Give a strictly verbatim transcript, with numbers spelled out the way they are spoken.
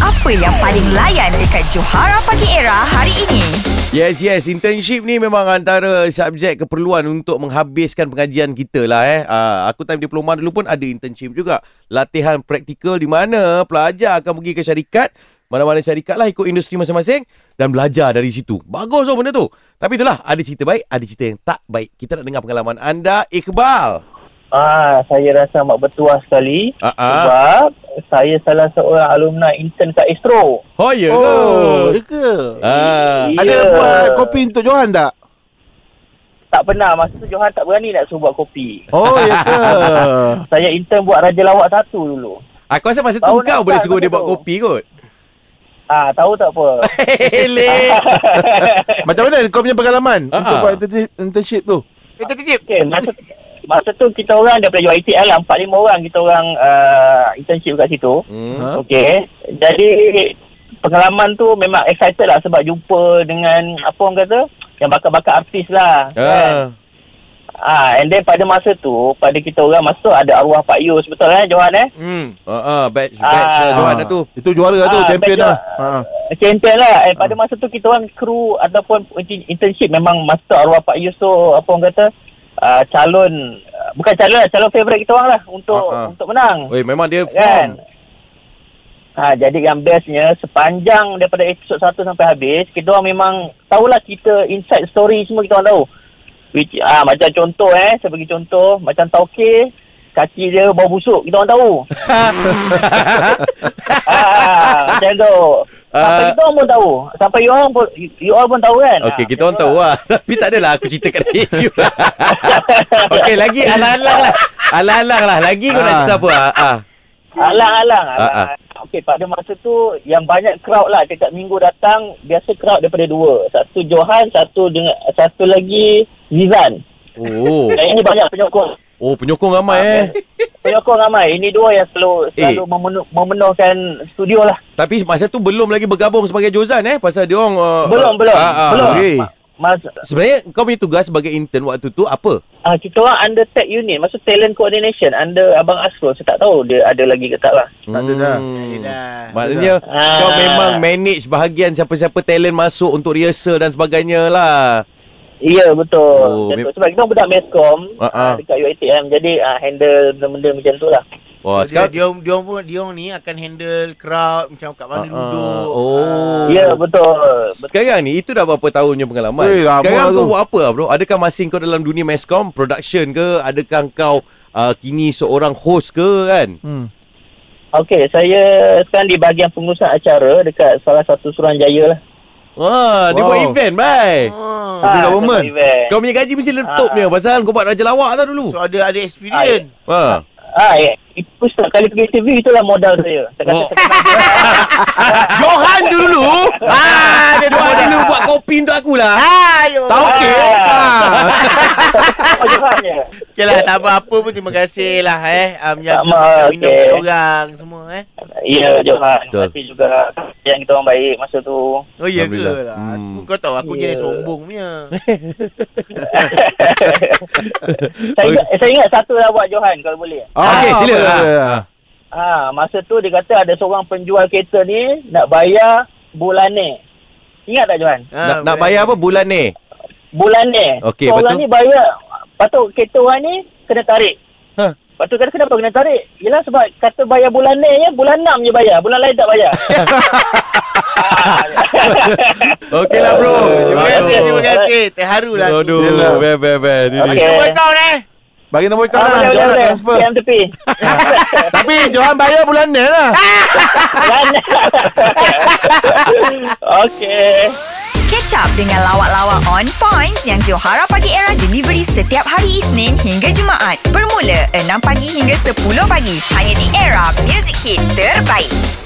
Apa yang paling layan dekat Johara Pagi Era hari ini? Yes, yes. Internship ni memang antara subjek keperluan untuk menghabiskan pengajian kita lah eh. Uh, aku time diploma dulu pun ada internship juga. Latihan praktikal di mana pelajar akan pergi ke syarikat. Mana-mana syarikat lah, ikut industri masing-masing dan belajar dari situ. Bagus tau benda tu. Tapi itulah, ada cerita baik, ada cerita yang tak baik. Kita nak dengar pengalaman anda, Iqbal. Ah, saya rasa amat bertuah sekali. Uh-uh. Sebab saya salah seorang alumni intern kat Astro. Oh, ya ke? Oh, ya ke? Ah. Ya. Ada buat kopi untuk Johan tak? Tak pernah. Masa tu Johan tak berani nak suruh buat kopi. Oh, ya ke? Saya intern buat Raja Lawak satu dulu. Aku rasa masa tu Tahu kau nak boleh start suruh dia masa buat tu. kopi kot. Ah, tahu tak apa. Lek. Macam mana kau punya pengalaman Ah. untuk buat internship, internship tu? Okay, masa, masa tu kita orang daripada U I T L lah. empat lima orang kita orang uh, internship kat situ. Hmm. Ha? Okay. Jadi, pengalaman tu memang excited lah sebab jumpa dengan, apa orang kata, yang bakat-bakat artis lah. Kan? Ah. Ah, and then pada masa tu, pada kita orang masuk ada arwah Pak Yus, betul eh Johan eh? Hmm. Ah, ah, batch batch Ah. uh, Johan dah tu. Itu juara tu, Ah, champion betul. lah. Ha. Champion lah. Eh, pada masa tu kita orang kru ataupun internship memang masuk arwah Pak Yus tu, apa orang kata, uh, calon, uh, bukan calon lah, calon favourite kita orang lah untuk Ah, ah. untuk menang. Oi, memang dia Kan? form. Ha, jadi yang bestnya, sepanjang daripada episod satu sampai habis, kita orang memang tahulah kita inside story semua kita orang tahu. Which, ah, macam contoh eh, saya bagi contoh, macam Tauke, kaki dia bau busuk, kita orang tahu. ah, macam tu. Sampai Ah. kita orang pun tahu. Sampai you all pun, you all pun tahu kan. Okey, Ah, kita orang macam tu tahu lah. Tapi tak adalah aku cerita kat radio. Okey, lagi alang-alang lah. Alang-alang lah. Lagi kau nak Ah. cerita apa? Ah. ah. Alang-alang. Ah, ah. alang. Okey, pada masa tu yang banyak crowd lah dekat minggu datang, biasa crowd daripada dua. Satu Johan, satu dengan satu lagi Zizan. Oh. Dan ini banyak penyokong. Oh, penyokong ramai eh. Penyokong ramai. Ini dua yang selalu selalu Eh. memenuh, memenuhkan studio lah. Tapi masa tu belum lagi bergabung sebagai Jozan eh. Pasal dia orang uh, Belum, uh, belum. ah, ah. Belum. Okey. Mas, Sebenarnya kau punya tugas sebagai intern waktu tu apa? ah, kita orang under tech unit. Maksud talent coordination under Abang Asro. Saya tak tahu dia ada lagi ke tak lah. Tak ada dah. Hmm. dah. Maknanya Ah. kau memang manage bahagian siapa-siapa talent masuk untuk rehearsal dan sebagainya lah. Ya, betul. Oh, Macam mem- tu. Sebab kita orang budak meskom Ah, ah. ah, dekat U I T M. Jadi ah, handle benda-benda macam tu lah. Wah, Dia, sekarang dia, dia, orang pun dia orang ni akan handle crowd macam kat mana Ah, ah. duduk. Oh. Ya, betul. betul. Sekarang ni, itu dah berapa tahun punya pengalaman? Weh, lama Sekarang tu. kau buat apa bro? Adakah masih kau dalam dunia meskom, production ke? Adakah kau uh, kini seorang host ke kan? Hmm. Okey, saya sekarang di bahagian pengurusan acara dekat salah satu Suruhanjaya lah. Wah, dia Wow. buat event, bye. Oh. Betul tak, Woman? tempat event. Kau punya gaji mesti letup Ah. ni pasal kau buat Raja Lawak tau dulu. So ada ada experience. Ha. Ah, ya. Itu setiap kali pergi T V, itulah modal saya. Saya kata, Oh. saya kata, Johan tu dulu. Ah, dia buat dulu buat kopi untuk aku lah. Ayo. Tahu ke? oh, Johan je. Okey lah, tak apa-apa pun terima kasih lah eh. Um, yang Tak apa, minum okey. kat orang semua eh. Ya, Johan. Betul. Terima kasih juga yang kita orang baik masa tu. Oh ya ke Alhamdulillah. lah. Hmm. Aku, kau tahu aku Ya. jenis sombong punya. saya, ingat, saya ingat satu lah buat Johan kalau boleh. Okey, Ah, sila. apa Ah. dia? Ah, masa tu dia kata ada seorang penjual kereta ni nak bayar bulan ni. Ingat tak Johan? Nak, nak bayar apa bulan ni? Bulan ni. Okey, so, lepas orang tu? ni bayar. Lepas tu kereta orang ni kena tarik. Ha. Lepas tu kata kenapa kena tarik? Yelah sebab kata bayar bulan ni je, bulan enam je bayar. Bulan lain tak bayar. Okey lah bro. Terima kasih, Aduh. terima kasih. Terharu lah aku. Aduh, Yelah. ber ber ber. Ini. Okey. Nombor kau eh. Bagi nombor kau Ah, lah. boleh, Johan nak boleh, transfer. boleh. P M tepi. Tapi Johan bayar bulan ni lah. Bulan Okey. Catch up dengan lawak-lawak on points yang Johara Pagi Era delivery setiap hari Isnin hingga Jumaat. Bermula enam pagi hingga sepuluh pagi. Hanya di Era Music Hit terbaik.